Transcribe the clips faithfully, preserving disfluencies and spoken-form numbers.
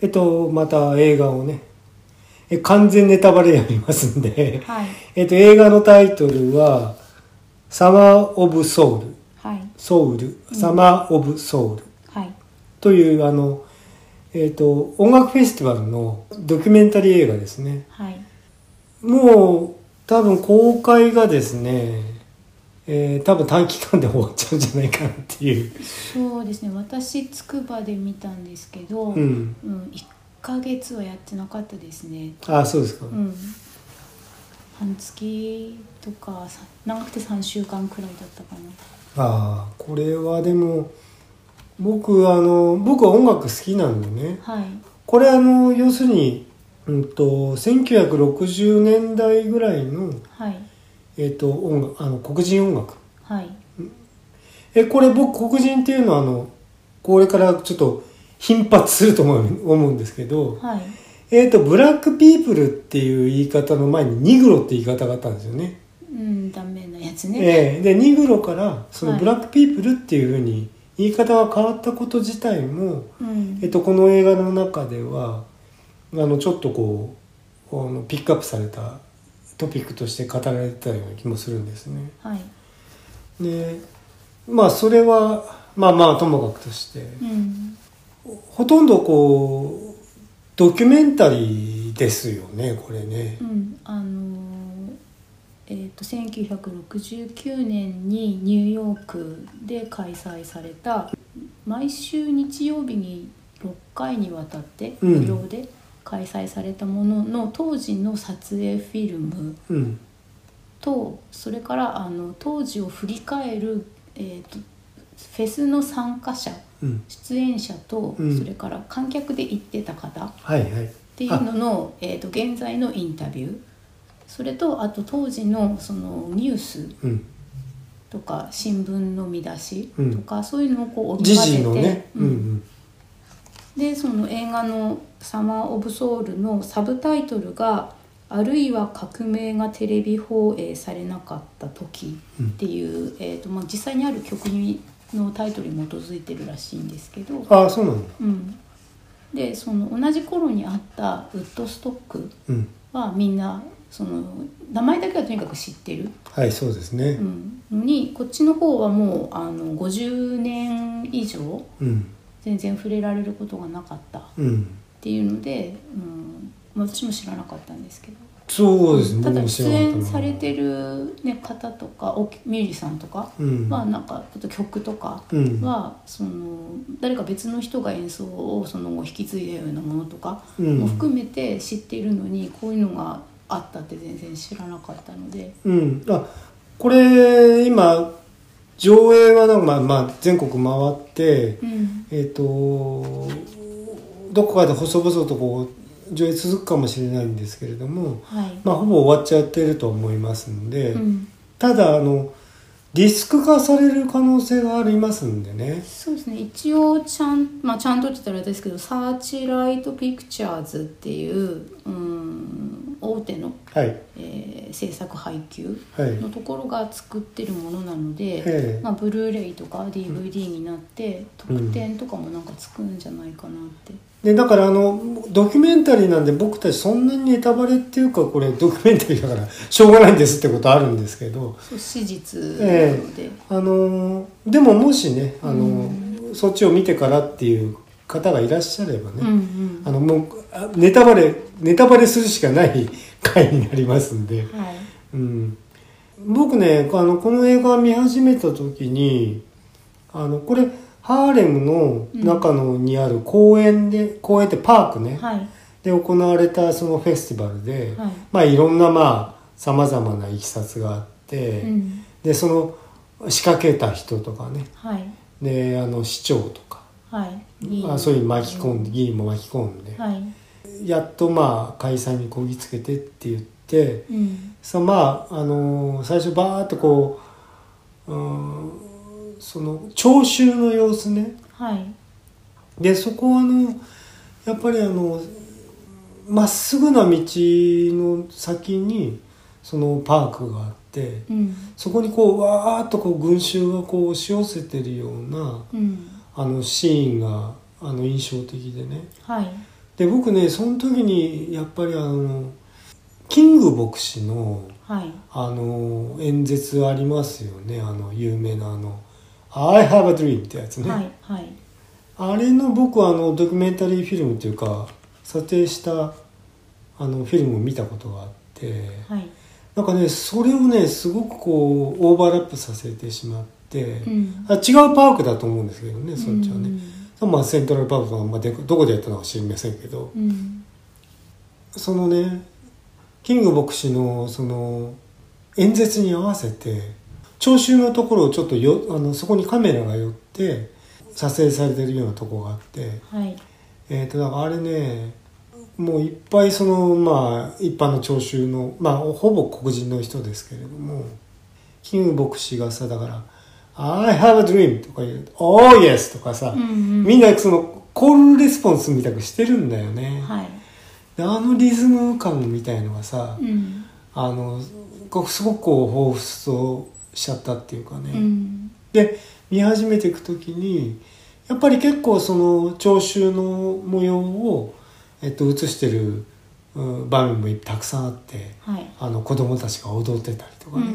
えっとまた映画をね、え完全ネタバレやりますんで、 はい、 えっと映画のタイトルはサマー・オブ・ソウル、 はい、 ソウル、サマー・オブ・ソウルはい、 というあの、えっと音楽フェスティバルのドキュメンタリー映画ですね。 はい、 もう多分公開がですね、えー、多分短期間で終わっちゃうんじゃないかなっていう。 そうですね。私つくばで見たんですけど、 うん、 うん、いっかげつはやってなかったですね。 ああそうですか、 うん、半月とか長くてさんしゅうかんくらいだったかな。 ああこれはでも僕あの僕は音楽好きなんでね、 はい、 これあの要するに、うんと、せんきゅうひゃくろくじゅうねんだいぐらいの、 はい、 えー、と音楽あの黒人音楽、 はい、 えこれ僕黒人っていうのはあのこれからちょっと頻発すると思う、思うんですけど、 はい、 えー、とブラックピープルっていう言い方の前にニグロって言い方があったんですよね。 うん、ダメなやつね。 えー、でニグロからそのブラックピープルっていうふうに言い方が変わったこと自体も、 うん、 えっと、この映画の中ではあのちょっとこうあのピックアップされたトピックとして語られてたような気もするんですね。 はい、 でまあそれはまあまあともかくとして、 うん、 ほとんどこうドキュメンタリーですよねこれね。 うん、あのーえー、とせんきゅうひゃくろくじゅうきゅうねんにニューヨークで開催された毎週日曜日にろっかいにわたって無料で開催されたものの当時の撮影フィルムと、それからあの当時を振り返る、えー、とフェスの参加者、 うん、 出演者と、 うん、 それから観客で行ってた方っはいはいていうのの、えー、と現在のインタビュー、それとあと当時のそのニュースうんとか新聞の見出しうんとか、そういうのをこう織り時交ぜて、 事のね、 うんうんうんでその映画の「サマー・オブ・ソウル」のサブタイトルが「あるいは革命がテレビ放映されなかった時」っていう、えーとまあ、実際にある曲にのタイトルに基づいてるらしいんですけど、 ああそうなんだ、 うん、でその同じ頃にあったウッドストックうんはみんなその名前だけはとにかく知ってる、 はいそうですね、 うん、のにこっちの方はもうあのごじゅうねん以上うん全然触れられることがなかったっうんていうので、うんまあ、私も知らなかったんですけど、 そうですね、 ただ僕も知出らなかったな演されてる、ね、方とかおミュージシャンとかうんはなんかちょっと曲とかうんはその誰か別の人が演奏をその後引き継いだようなものとかうんも含めて知っているのに、こういうのがあったって全然知らなかったので、 うんあこれ今上映はなんかまあ、まあ、全国回って、 うんえっ、とどこかで細々とこう上映続くかもしれないんですけれども、 はいまあ、ほぼ終わっちゃってると思いますので、 うん、 ただあのディスク化される可能性がありますんでね。 そうですね、一応ちゃん、まあ、ちゃんとって言ったらあれですけどサーチライトピクチャーズっていう、うん、大手の、 はいえー制作配給はいのところが作ってるものなので、 ええまあ、ブルーレイとか ディーブイディー になって特典とかもなんかつくんじゃないかなって、 でだからあのドキュメンタリーなんで僕たちそんなにネタバレっていうかこれドキュメンタリーだからしょうがないんですってことあるんですけど、 そう史実なので、 ええあのでももしねあの、 うん、 そっちを見てからっていう方がいらっしゃればね、 うんうん、 あのもうネタバレネタバレするしかない回になりますんで、 はい、 うん、僕ねあのこの映画見始めた時にあのこれハーレムの中のにある公園で、うん、公園ってパークね、 はい、 で行われたそのフェスティバルで、 はい、 まあいろんなまあさまざまないきさつがあって、 うん、 でその仕掛けた人とかね、 はい、 であの市長とか、 はい、 あそういう巻き込んで、議員も巻き込んで、 はい、 やっとまあ開催にこぎつけてって言って、 うん、 そのまああの最初バーッとこう、うん、その聴衆の様子ね、 はい、 でそこはあのやっぱりあのまっすぐな道の先にそのパークがあって、 うん、 そこにこうわーっとこう群衆がこう押し寄せてるような、 うん、 あのシーンがあの印象的でね、 はい、 で僕ねその時にやっぱりあのキング牧師の、 はい、 あの演説ありますよね。あの有名なあの I have a dream ってやつね、 はいはい、 あれの僕はあのドキュメンタリーフィルムというか撮影したあのフィルムを見たことがあって、 はい、 なんかねそれをねすごくこうオーバーラップさせてしまって、 うん、 あ違うパークだと思うんですけどね、そっちはね、うん、まあ、セントラルパークとか、まあ、どこでやったのか知りませんけど、 うん、 そのねキング牧師のその演説に合わせて聴衆のところをちょっとよあのそこにカメラが寄って撮影されてるようなところがあって、 はい、 えーとだからあれねもういっぱいそのまあ一般の聴衆のまあほぼ黒人の人ですけれども、キング牧師がさだから「I have a dream」とか言うと「Oh yes」とかさ、 うんうん、みんなそのコールレスポンスみたくしてるんだよね、 はい、 であのリズム感みたいのがさ、 うん、 あのすごくこう彷彿としちゃったっていうかね、 うん、 で見始めていくときにやっぱり結構その聴衆の模様を、えっと、映してる、うん、場面もたくさんあって、 はい、 あの子供たちが踊ってたりとかね、 うんうん、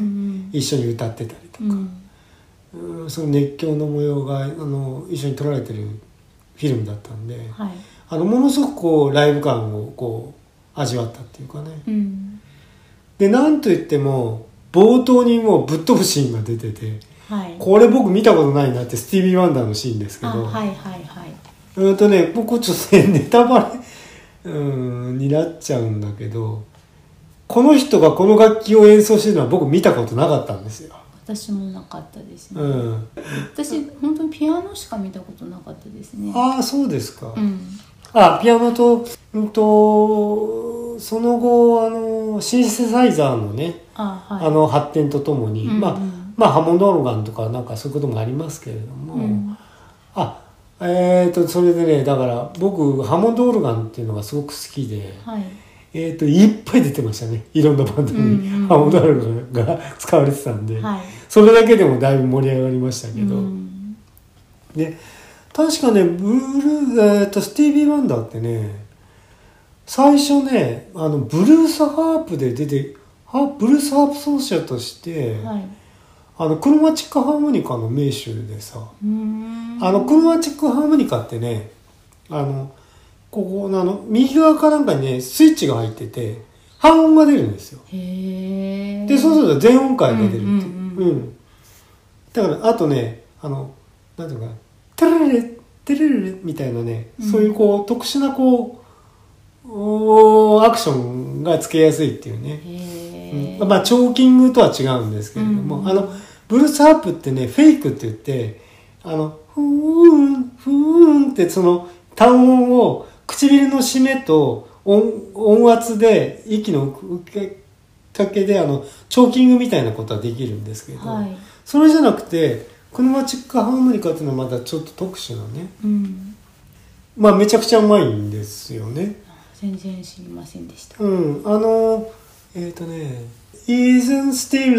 一緒に歌ってたりとか、 うんうん、その熱狂の模様があの一緒に撮られてるフィルムだったんで、 はい、 あのものすごくこうライブ感をこう味わったっていうかね、 うん、でなんといっても冒頭にもうぶっ飛ぶシーンが出てて、 はい、 これ僕見たことないなってスティービー・ワンダーのシーンですけど、 はいはいはい、 うんとね僕ちょっとねネタバレうんになっちゃうんだけど、この人がこの楽器を演奏してるのは僕見たことなかったんですよ。 私もなかったですね、 うん、 私本当にピアノしか見たことなかったですね。 ああそうですか、 うん、 あピアノと、うんとその後あのシンセサイザーのね あ,、はい、あの発展とともに、うんうん、まあまあハモンドオルガンとかなんかそういうこともありますけれども、うん、あえーとそれでねだから僕ハモンドオルガンっていうのがすごく好きで、はい、えーといっぱい出てましたね、いろんなバンドに、うんうん、ハモンドオルガンが使われてたんで、はい、それだけでもだいぶ盛り上がりましたけど、うん、で確かねブルー、えーとスティービー・ワンダーってね最初ねあのブルースハープで出てブルースハープ奏者として、はい、あのクロマチックハーモニカの名手でさ、うーんあのクロマチックハーモニカってねあのここあの右側かなんかにねスイッチが入ってて半音が出るんですよ。へでそうすると全音階が出るっていう、うんうんうんうん、だからあとねあのなんていうのかなテレレテレレみたいなね、うん、そういうこう特殊なこうアクションがつけやすいっていうね、へ、うん、まあチョーキングとは違うんですけれども、うん、あのブルースハープってねフェイクって言ってあのふーんふーんってその単音を唇の締めと 音, 音圧で息の受けかけであのチョーキングみたいなことはできるんですけど、はい、それじゃなくてクロマチックハーモニカっていうのはまたちょっと特殊なね、うん、まあめちゃくちゃうまいんですよね。 全然知りませんでした。 うん、あのえっ、ー、とね「Isn't still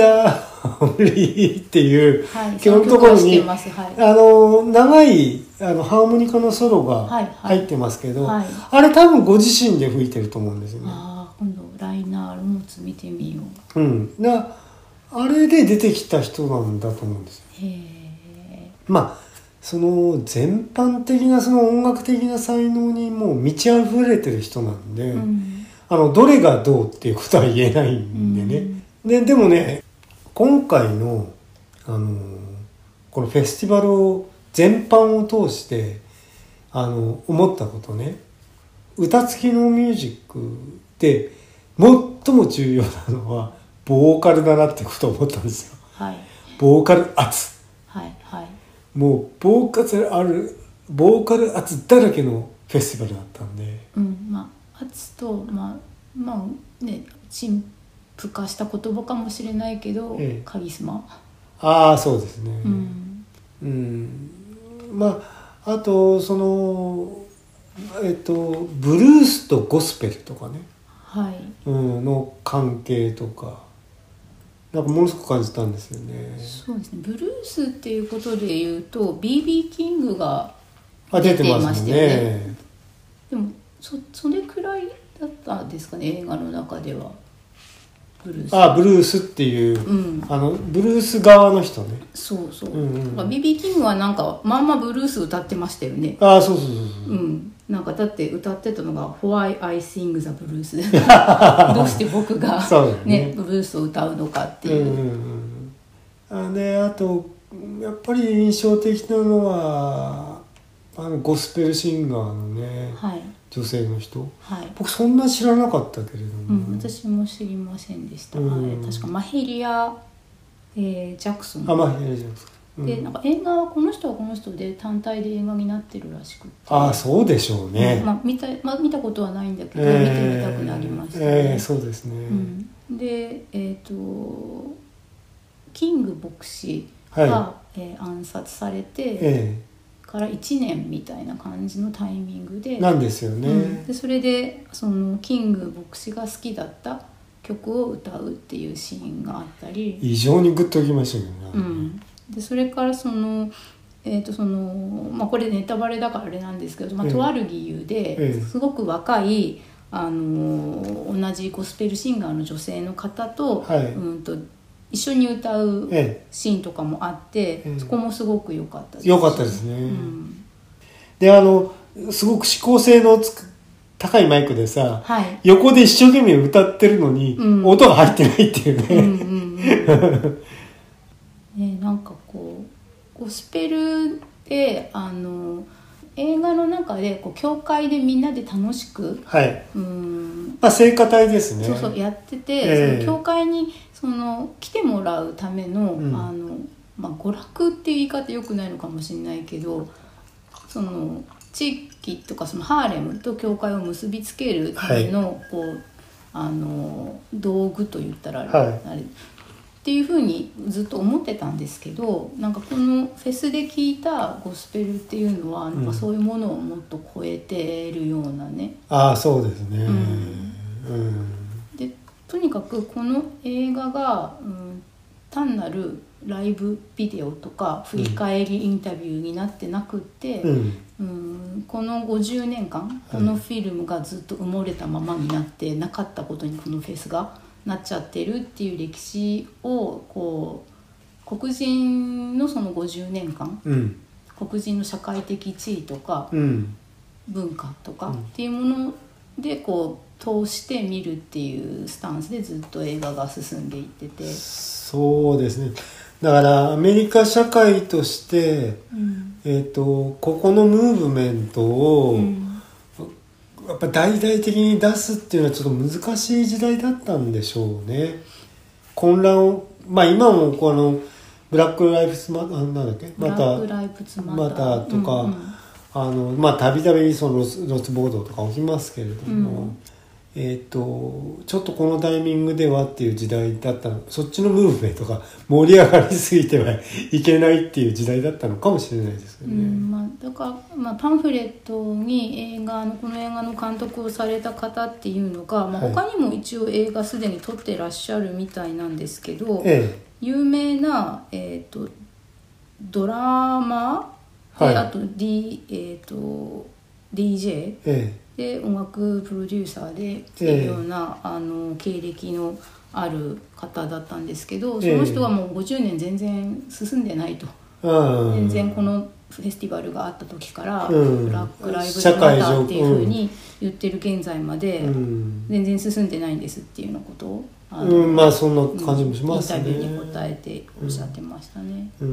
lovely」っていう、はい、基本のところに、はい、あの長いあのハーモニカのソロが入ってますけど、はいはい、あれ多分ご自身で吹いてると思うんですよね。 あ今度ライナールモツ見てみよう。 うん、だあれで出てきた人なんだと思うんですよ。へえ。まあその全般的なその音楽的な才能にもう満ち溢れてる人なんで、うん、あのどれがどうっていうことは言えないんでね、うん、で, でもね今回の、あのこのフェスティバルを全般を通してあの思ったことね、歌付きのミュージックで最も重要なのはボーカルだなってことを思ったんですよ、はい、ボーカル圧、はいはい、もうボーカルあるボーカル圧だらけのフェスティバルだったんで、 うん、まあ圧とまあまあね陳腐化した言葉かもしれないけど、ええ、カリスマ、 ああそうですね、うん、うん、まああとそのえっとブルースとゴスペルとかね、はい、うん、の関係とかなんかものすごく感じたんですよね。 そうですね。ブルースっていうことで言うと ビービー キングが出てましたよね。でもそそれくらいだったんですかね、映画の中では。ブルースあブルースっていう、うん、あのブルース側の人ね。 そうそう、うんうん、ビービー キングはなんかまんまブルース歌ってましたよね。 あそうそうそうそう、 うん、なんかだって歌ってたのが「Why I Sing the Blues」どうして僕が、ねね、ブルースを歌うのかっていう。うんうんうん、あであとやっぱり印象的なのはあのゴスペルシンガーのね、はい、女性の人、はい、僕そんな知らなかったけれども、 うん、私も知りませんでした、うん、確かマヘリア、えー、ジャクソン。 あマヘリアジャクソン、うん、 でなんか映画はこの人はこの人で単体で映画になってるらしくて。 ああそうでしょうね、 うんまあ 見たまあ、見たことはないんだけど、えー、見てみたくなりましたね、 えー、そうですね、 うん、でえっ、ー、とキング牧師が、はいえー、暗殺されて、えーからいちねんみたいな感じのタイミングでなんですよね、うん、 でそれでそのキング牧師が好きだった曲を歌うっていうシーンがあったり、 非常にグッときましたけどね、 うん、でそれからそのえーとそのまあ、これネタバレだからあれなんですけど、まあ、とある理由ですごく若いあの同じゴスペルシンガーの女性の方と、はいうんと一緒に歌うシーンとかもあって、ええ、そこもすごく良かったです。 良かったですね、うん、であのすごく指向性のつく高いマイクでさ、はい、横で一生懸命歌ってるのに、うん、音が入ってないっていうね、うんうんうん、ねなんかこうゴスペルであの映画の中でこう教会でみんなで楽しく、はいうんまあ、聖歌隊ですね。 そうそうやってて、えー、その教会にその来てもらうための、うんあのまあ、娯楽っていう言い方よくないのかもしれないけど、その地域とかそのハーレムと教会を結びつけるための、はい、こうあの道具と言ったらあれ、はい、あれっていう風にずっと思ってたんですけど、なんかこのフェスで聴いたゴスペルっていうのはなんかそういうものをもっと超えてるようなね、 うん、ああそうですね、うんうん、でとにかくこの映画が、うん、単なるライブビデオとか振り返りインタビューになってなくって、うんうん、このごじゅうねんかんこのフィルムがずっと埋もれたままになってなかったことにこのフェスがなっちゃってるっていう歴史をこう黒人のそのごじゅうねんかん、うん、黒人の社会的地位とか、うん、文化とかっていうものでこう通して見るっていうスタンスでずっと映画が進んでいってて、 そうですね。だからアメリカ社会として、うんえーと、ここのムーブメントを、うん、やっぱ大々的に出すっていうのはちょっと難しい時代だったんでしょうね。混乱をまあ今もこのブラックライフズマターなんだっけまたまたとか、うんうん、あのまあたびたびそのロス、ロス暴動とか起きますけれども、うんえー、とちょっとこのタイミングではっていう時代だったの、そっちのムーブメントが盛り上がりすぎてはいけないっていう時代だったのかもしれないですよね、 うんまあ、だから、まあ、パンフレットに映画のこの映画の監督をされた方っていうのが、まあ、他にも一応映画すでに撮ってらっしゃるみたいなんですけど、ええ、有名な、えー、とドラマで、はい、あと、D えー、と ディージェー、ええで音楽プロデューサーでっていうような、えー、あの経歴のある方だったんですけど、その人はもうごじゅうねん全然進んでないと、えー、全然このフェスティバルがあった時から、うん、ブラックライブズマターっていうふうに言ってる現在まで全然進んでないんですっていうようなことをあの、 うん、まあそんな感じもしますね。 インタビューに答えておっしゃってましたね、 うんうん、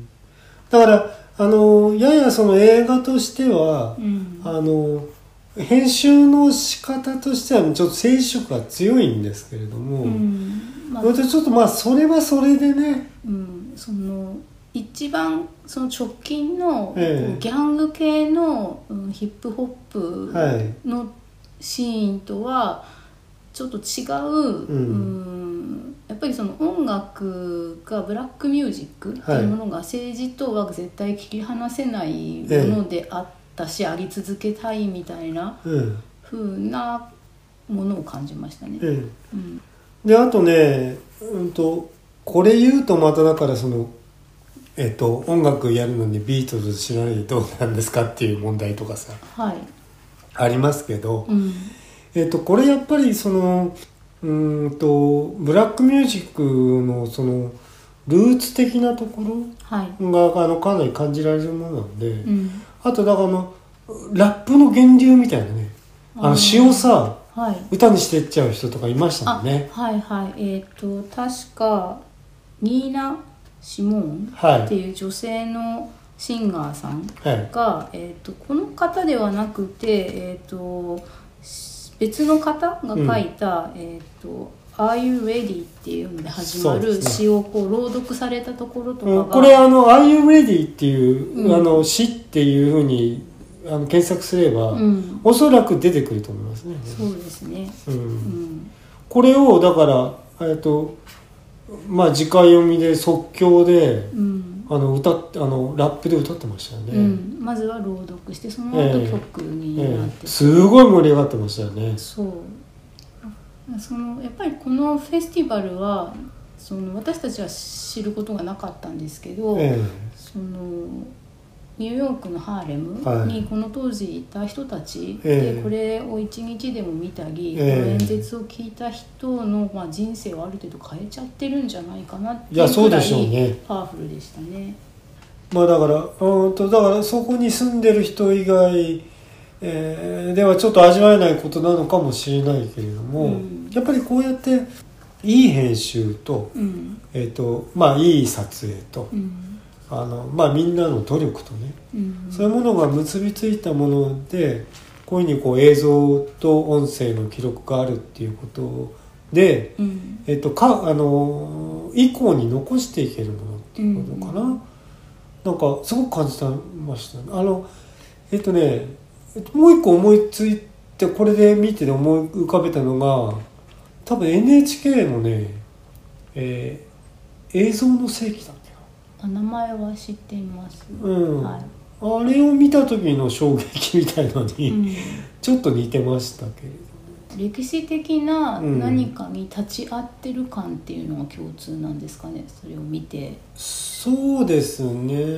だからあのややその映画としては、うん、あの編集の仕方としてはちょっと静止色が強いんですけれども、うんまあ、ちょっとまあそれはそれでね、 うん、その一番その直近の、ええ、ギャング系の、うん、ヒップホップのシーンとはちょっと違う、うんうん、やっぱりその音楽がブラックミュージックっていうものが政治とは絶対切り離せないものであって、ええだしあり続けたいみたいな風なものを感じましたね、うんうん、 であとね、うんと、これ言うとまただからその、えっと、音楽やるのにビートルズ知らないでどうなんですかっていう問題とかさ、はい、 ありますけど、 うん、 えっとこれやっぱりそのうーんとブラックミュージックのそのルーツ的なところが、はい、あのかなり感じられるものなので、うん、あとだからあのラップの源流みたいなね、あの詩をさ、はい、歌にしてっちゃう人とかいましたもんね。 はいはい、えっと確かニーナ・シモンっていう女性のシンガーさんが、はい、えー、とこの方ではなくて、えー、と別の方が書いた、うん、えー、とAre You Ready っていうので始まる詩をこう朗読されたところとかが、 うん、これあの Are You Ready っていう、うん、あの詩っていうふうにあの検索すれば、うん、おそらく出てくると思いますね。 そうですね、うんうん、 これをだからえっとまあ直読みで即興で、うん、あの歌ってあのラップで歌ってましたよね、うん、 まずは朗読してその後曲になって、えーえー、 すごい盛り上がってましたよね。 そうそのやっぱりこのフェスティバルはその私たちは知ることがなかったんですけど、えー、そのニューヨークのハーレムにこの当時いた人たちでこれを一日でも見たり、この演説を聞いた人のまあ人生をある程度変えちゃってるんじゃないかなっていうくらいパワフルでしたね。 まあだからうんとだからそこに住んでる人以外、えー、ではちょっと味わえないことなのかもしれないけれども、うん、やっぱりこうやっていい編集と、うん、えーとまあいい撮影と、うんあのまあ、みんなの努力とね、うん、そういうものが結びついたものでこういうふうにこう映像と音声の記録があるっていうことで、うんえっと、かあの以降に残していけるものっていうことかな、うん、なんかすごく感じましたね。あのえっとねもう一個思いついてこれで見て思い浮かべたのが多分 エヌエイチケー のね、えー、映像の世紀だ名前は知っています、 うんはい、あれを見た時の衝撃みたいのに、うん、ちょっと似てましたけれど、 ね、歴史的な何かに立ち会ってる感っていうのが共通なんですかね、それを見て。 そうですね、うん、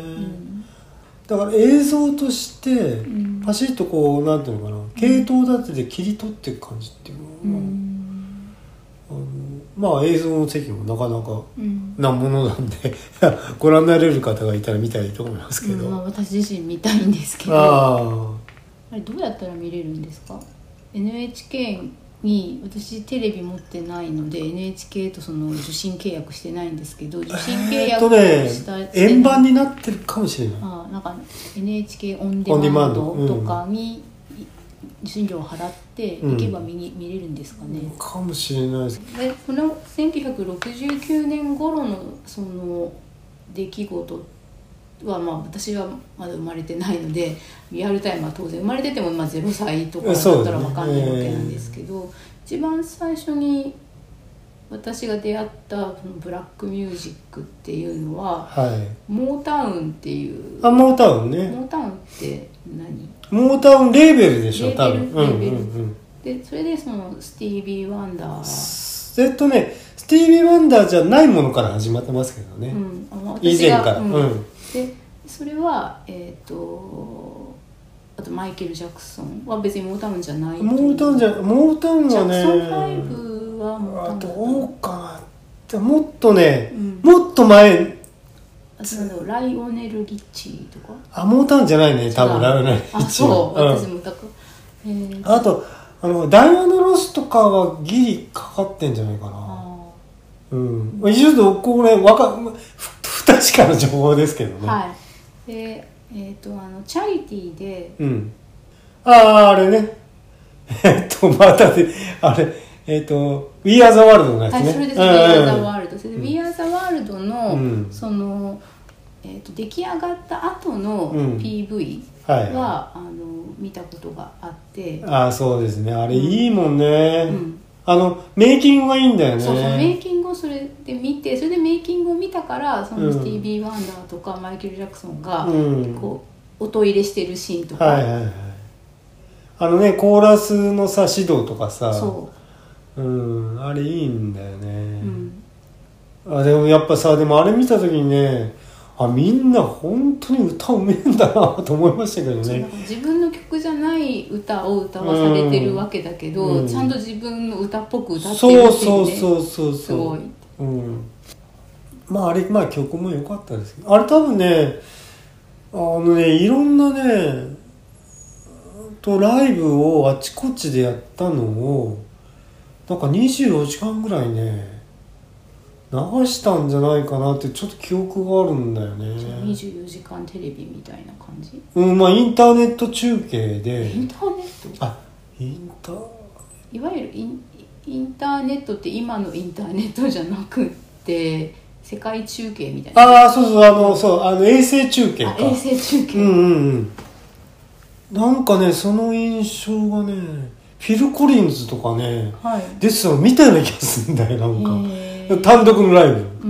だから映像としてパシッとこうなんていうのかな、系統立てて切り取っていく感じっていうのは、うんあのまあ映像の席もなかなかなものなんで、うん、ご覧になれる方がいたら見たらいいと思いますけど、 うんまあ、私自身見たいんですけど、ああれどうやったら見れるんですか？ エヌエイチケー に私テレビ持ってないので エヌエイチケー とその受信契約してないんですけど、受信契約をした、えーっとね、 円盤になってるかもしれない。 あなんか エヌエイチケー オンデマンドとかに受信料を払って行けば見に、うん、見れるんですかね。 かもしれないです。 でこのせんきゅうひゃくろくじゅうきゅうねん頃のその出来事は、まあ、私はまだ生まれてないのでリアルタイムは当然生まれててもまあゼロさいとかだったら分かんないわけなんですけど、ねえー、一番最初に私が出会ったそのブラックミュージックっていうのは、はい、モータウンっていうあモータウンねモータウンって何モータウンレーベルでしょ多分レーベル、うんうんうん、 でそれでそのスティービー・ワンダーえっとねスティービー・ワンダーじゃないものから始まってますけどね、うん、以前から、うんうん、 でそれはえっ、ー、とあとマイケル・ジャクソンは別にモータウンじゃないモータウンじゃモータウンはねジャクソンファイブはモータウンどうかなもっとね、うん、もっと前あとなんだろうライオネル・リッチーとかあモータウンじゃないね多分ライオネル・リッチーあそう、うん、私もだから、 えー、あとあのダイアナ・ロスとかはギリかかってんじゃないかなあうんちょっとこれわか不確かな情報ですけどねはいでえー、とあのチャリティーで、 うん、あああれねえっとまたであれえっと We Are the World のやつね、はい、 それです We Are the World それで We Are the World の、うん、その、えー、と出来上がった後の ピーブイ は、うんはい、あの見たことがあってああそうですねあれいいもんね、うん、あのメイキングがいいんだよねそうそうメイキングをそれで見てそれでメイキングを見たからそのスティービー・ワンダーとかマイケル・ジャクソンがこう音入れしてるシーンとか、はいはいはい、 あのねコーラスのさ指導とかさそううんあれいいんだよね、うん、あでもやっぱさでもあれ見た時にねあみんな本当に歌うめえんだなと思いましたけどねなんか自分の曲じじゃない歌を歌わされてるわけだけど、うん、ちゃんと自分の歌っぽく歌ってるっていうね、 そうそうそうそうすごい、 うん、まああれ、まあ曲も良かったですけど、あれ多分ね、あのね、いろんなねとライブをあちこちでやったのをなんかにじゅうよじかんぐらいね流したんじゃないかなってちょっと記憶があるんだよね。 にじゅうよじかんテレビみたいな感じ。 うん、まあインターネット中継で。 インターネット？ あ、インターいわゆるイン、インターネットって今のインターネットじゃなくって世界中継みたいな。 ああ、そうそう、あのそうあの衛星中継か。 衛星中継。 うんうんうん。なんかねその印象がねフィル・コリンズとかね、はい、出てたの見たような気がするんだよなんか単独のライブ、うんうんうん、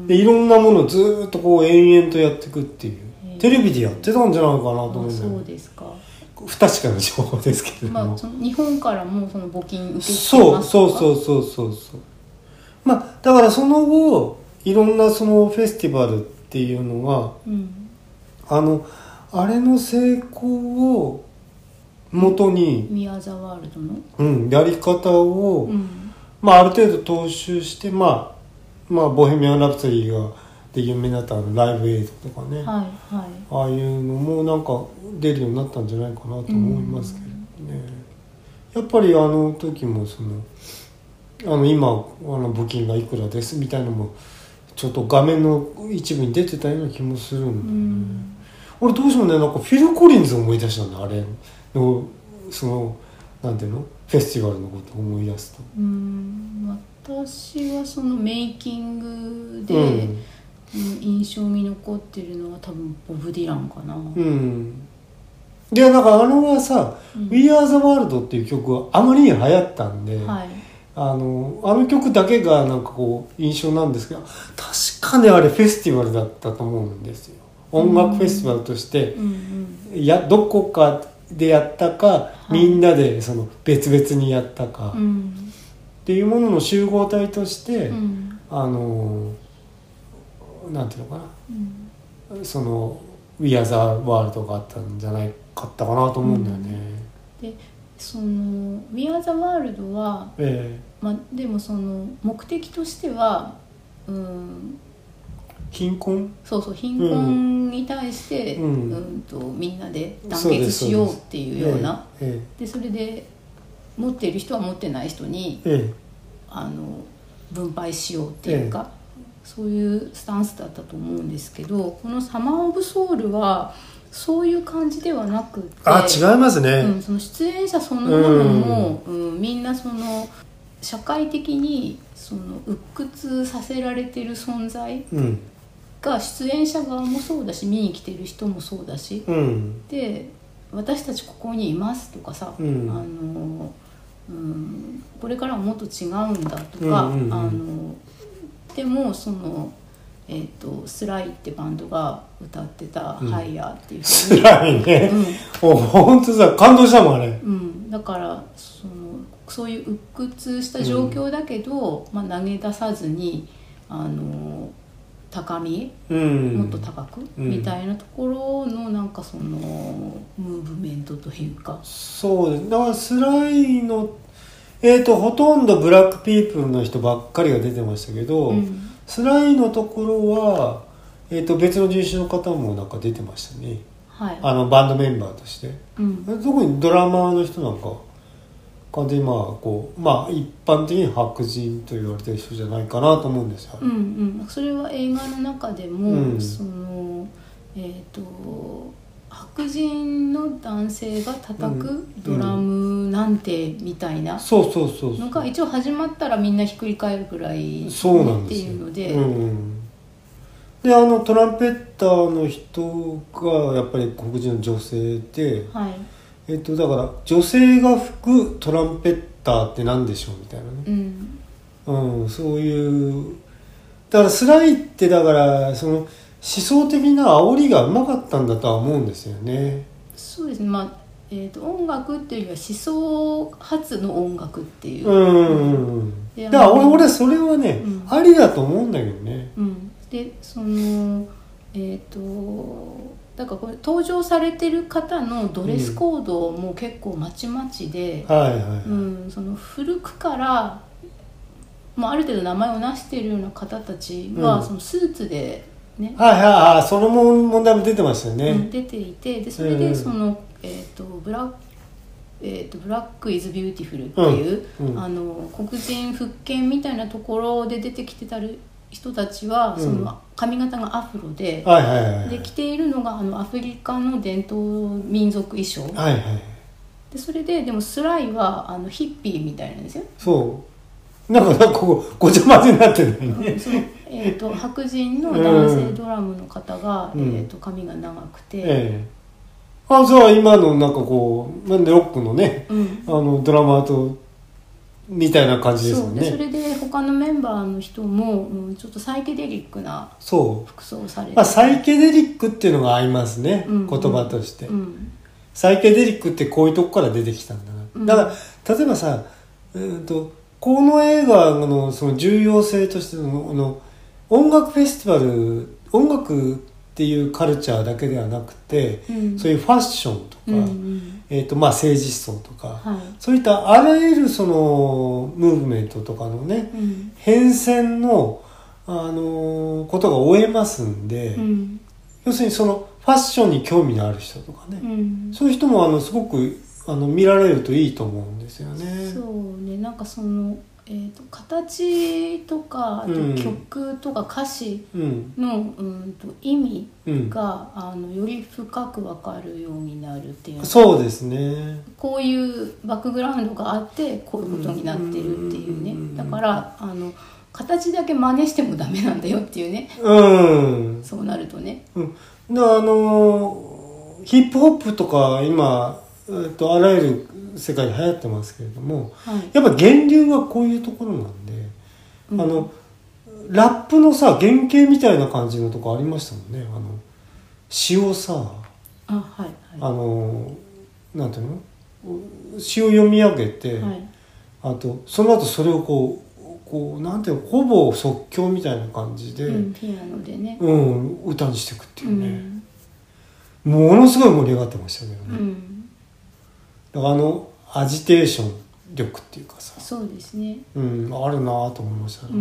でいろんなものをずーっとこう延々とやっていくっていうテレビでやってたんじゃないかなと思うんだよね。 そうですか。 不確かな情報ですけれども、 まあ、その日本からもその募金受け付けますか？そうそうそうそうそう。まあだからその後いろんなそのフェスティバルっていうのが、うん、あのあれの成功を元に宮沢ワールドの、 うん、やり方を、うん、まあある程度踏襲して、まあ、まあボヘミアン・ラプソディがで有名になったあのライブエイドとかね、はいはい、ああいうのもなんか出るようになったんじゃないかなと思いますけどね、うん、やっぱりあの時もそのあの今あの募金がいくらですみたいなのもちょっと画面の一部に出てたような気もするんだよね、うん、俺どうしてもねなんかフィル・コリンズを思い出したんだあれのそのなんていうのフェスティバルのことを思い出すと、 うん、私はそのメイキングで、うん、印象に残ってるのは多分ボブ・ディランかな。うん。 でなんかあのはさ、うん、We Are the World っていう曲があまりに流行ったんで、はい、あのあの曲だけがなんかこう印象なんですけど、確かねあれフェスティバルだったと思うんですよ。音楽フェスティバルとして、うんうん、やどこかでやったか、はい、みんなでその別々にやったか、うん、っていうものの集合体として、うん、あのなんていうのかな、うん、その We Are the World があったんじゃないかったかなと思うんだよね、 うん、でその We Are the World は、えーまあ、でもその目的としては、うん、 貧困そうそう貧困に対して、うんうん、とみんなで団結しようっていうような そ, で, でそれで持っている人は持ってない人に、ええ、あの分配しようっていうか、ええ、そういうスタンスだったと思うんですけど、このサマーオブソウルはそういう感じではなくて、 あ違いますね、 うん、その出演者そのものも、うんうん、みんなその社会的にその鬱屈させられてる存在、うんが出演者側もそうだし見に来てる人もそうだし、うん、で私たちここにいますとかさ、うん、あのうん、これからはもっと違うんだとか、うんうんうん、あのでもその、えーと、スライってバンドが歌ってた「ハイヤー」っていう、うん、 スライね、うん、お本当さ感動したもんあれ、 うん、だからそのそういう鬱屈した状況だけど、うんまあ、投げ出さずにあの高み、うん、もっと高く、うん、みたいなところのなんかそのムーブメントというか、 そうです。だからスライのえーとほとんどブラックピープルの人ばっかりが出てましたけど、うん、スライのところは、えーと別の人種の方もなんか出てましたね、はい、あのバンドメンバーとして、うん、特にドラマーの人なんか感じでまあこうまあ一般的に白人と言われてる人じゃないかなと思うんですよ、 うんうん、それは映画の中でも、うん、そのえーと白人の男性が叩くドラムなんてみたいなのが一応始まったらみんなひっくり返るくらい、ね、 そうなんですよっていうので、 うん、であのトランペッターの人がやっぱり黒人の女性で、はいえっと、だから女性が吹くトランペッターって何でしょうみたいなね、うんうん、そういうだからスライってだからその思想的な煽りがうまかったんだとは思うんですよね。 そうですね、まあえー、と音楽っていうよりは思想発の音楽っていう、うんうんうん、 だから俺、俺それはね、うん、ありだと思うんだけどね、 うん、でそのえっ、ー、とだからこれ登場されてる方のドレスコードも結構まちまちで、 うん、はいはい、 うん、その古くからもうある程度名前を成しているような方たちは、うん、そのスーツでね、 はいはい、その問題も出てましたよね、 うん、出ていて、でそれでその、うん、えーとブラックえー、とブラック・イズ・ビューティフルっていう、うんうん、あの黒人復権みたいなところで出てきてた人たちは、うん、その髪型がアフロで、はいはいはい、で着ているのがあのアフリカの伝統民族衣装、はいはい、でそれででもスライはあのヒッピーみたいなんですよ。 そうなんかここごちゃ混ぜになってるのね、 うん、そのえー、と白人の男性ドラムの方が、うんえー、と髪が長くて、ええあ、じゃあ今のなんかこうなんでロックのね、うん、あのドラマーとみたいな感じですもんね。 そうでそれで他のメンバーの人も、うん、ちょっとサイケデリックな服装をされて、まあ、 サイケデリックっていうのが合いますね、うんうん、言葉として、うん、サイケデリックってこういうとこから出てきたんだな、うん、だから例えばさ、えー、とこの映画 の, その重要性としてのの音楽フェスティバル音楽っていうカルチャーだけではなくて、うん、そういうファッションとか、うんうんえーとまあ、政治思想とか、はい、そういったあらゆるそのムーブメントとかのね、うん、変遷の、あのー、ことが追えますんで、うん、要するにそのファッションに興味のある人とかね、うん、そういう人もあのすごくあの見られるといいと思うんですよね。 そうね、なんかそのえー、と形とかあと曲とか歌詞の、うんうん、と意味が、うん、あのより深く分かるようになるっていう、 そうですね、 こういうバックグラウンドがあってこういうことになってるっていうね、うん、だからあの形だけ真似してもダメなんだよっていうね、うん、そうなるとね、 うん、だあのヒップホップとか今、えー、とあらゆる世界で流行ってますけれども、はい、やっぱ源流はこういうところなんで、うん、あのラップのさ原型みたいな感じのとこありましたもんね。あの詩をさあ、はいはい、 あのなんていうの詩を読み上げて、はい、あとその後それをこうこうなんていうのほぼ即興みたいな感じで、うん、 ピアノでね、 うん、歌にしていくっていうね、うん、ものすごい盛り上がってましたけどね、うんだからあのアジテーション力っていうかさ、 そうですね、 うん、あるなと思いましたね、うん、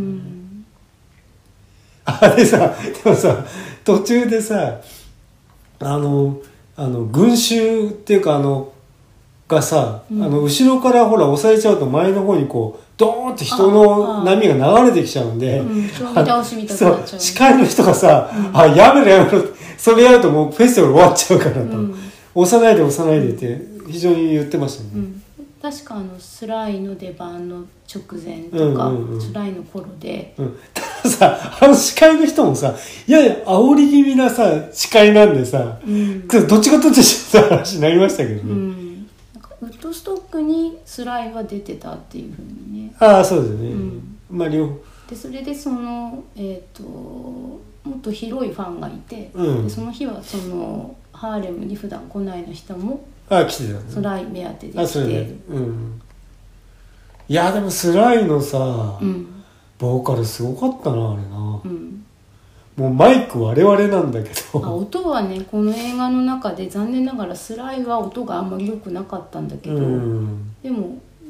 あれさでもさ途中でさあのあの群衆っていうかあのがさ、うん、あの後ろからほら押されちゃうと前の方にこうドーンって人の波が流れてきちゃうんで、 うん、倒しみたいになっちゃう、 司会の人がさ、うん、あやめろやめろそれやるともうフェスティバル終わっちゃうからと、うん、押さないで押さないでって非常に言ってましたね、うん、 確かあのスライの出番の直前とか、うんうんうん、スライの頃で、うん、 たださあの司会の人もさいやいや煽り気味なさ司会なんでさ、うん、どっちがどっちって話になりましたけどね、うん、 なんかウッドストックにスライは出てたっていうふうにね、 ああそうですね、うん、まあ両方でそれでそのえっ、ー、ともっと広いファンがいて、うん、でその日はそのハーレムに普段来ないの人もあ来てたね、 スライ目当てで来て、あそれね、 うん、いやでもスライのさ、うん、ボーカルすごかったなあれな、うん、もうマイク我々なんだけどあ音はねこの映画の中で残念ながらスライは音があんまり良くなかったんだけど、うん、でも、うん、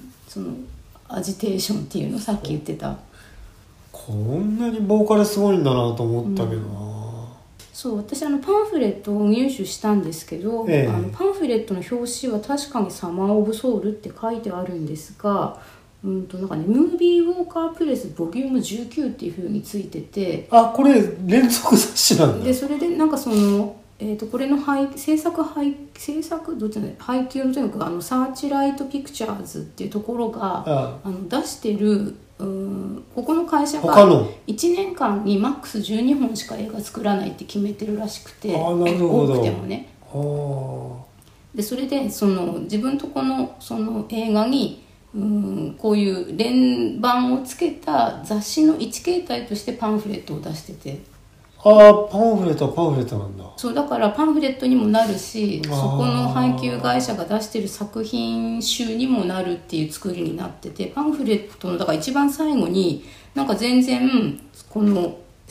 そのアジテーションっていうのさっき言ってたこんなにボーカルすごいんだなと思ったけどな、うんそう私あのパンフレットを入手したんですけど、ええ、あのパンフレットの表紙は確かにサマーオブソウルって書いてあるんですが、うんとなんかねムービーウォーカープレスボリュームじゅうきゅうっていう風についてて、 あこれ連続雑誌なんだ。 でそれでなんかそのえー、とこれの配制作配制作どっちなんだ配給のとにかくあのサーチライトピクチャーズっていうところがああの出してるうんここの会社がいちねんかんにマックスじゅうにほんしか映画作らないって決めてるらしくて、 あなるほど多くてもねでそれでその自分とこのその映画にうんこういう連番をつけた雑誌の一形態としてパンフレットを出してて、 ああパンフレットはパンフレットなんだ。 そうだからパンフレットにもなるしそこの配給会社が出してる作品集にもなるっていう作りになってて、パンフレットのだから一番最後になんか全然この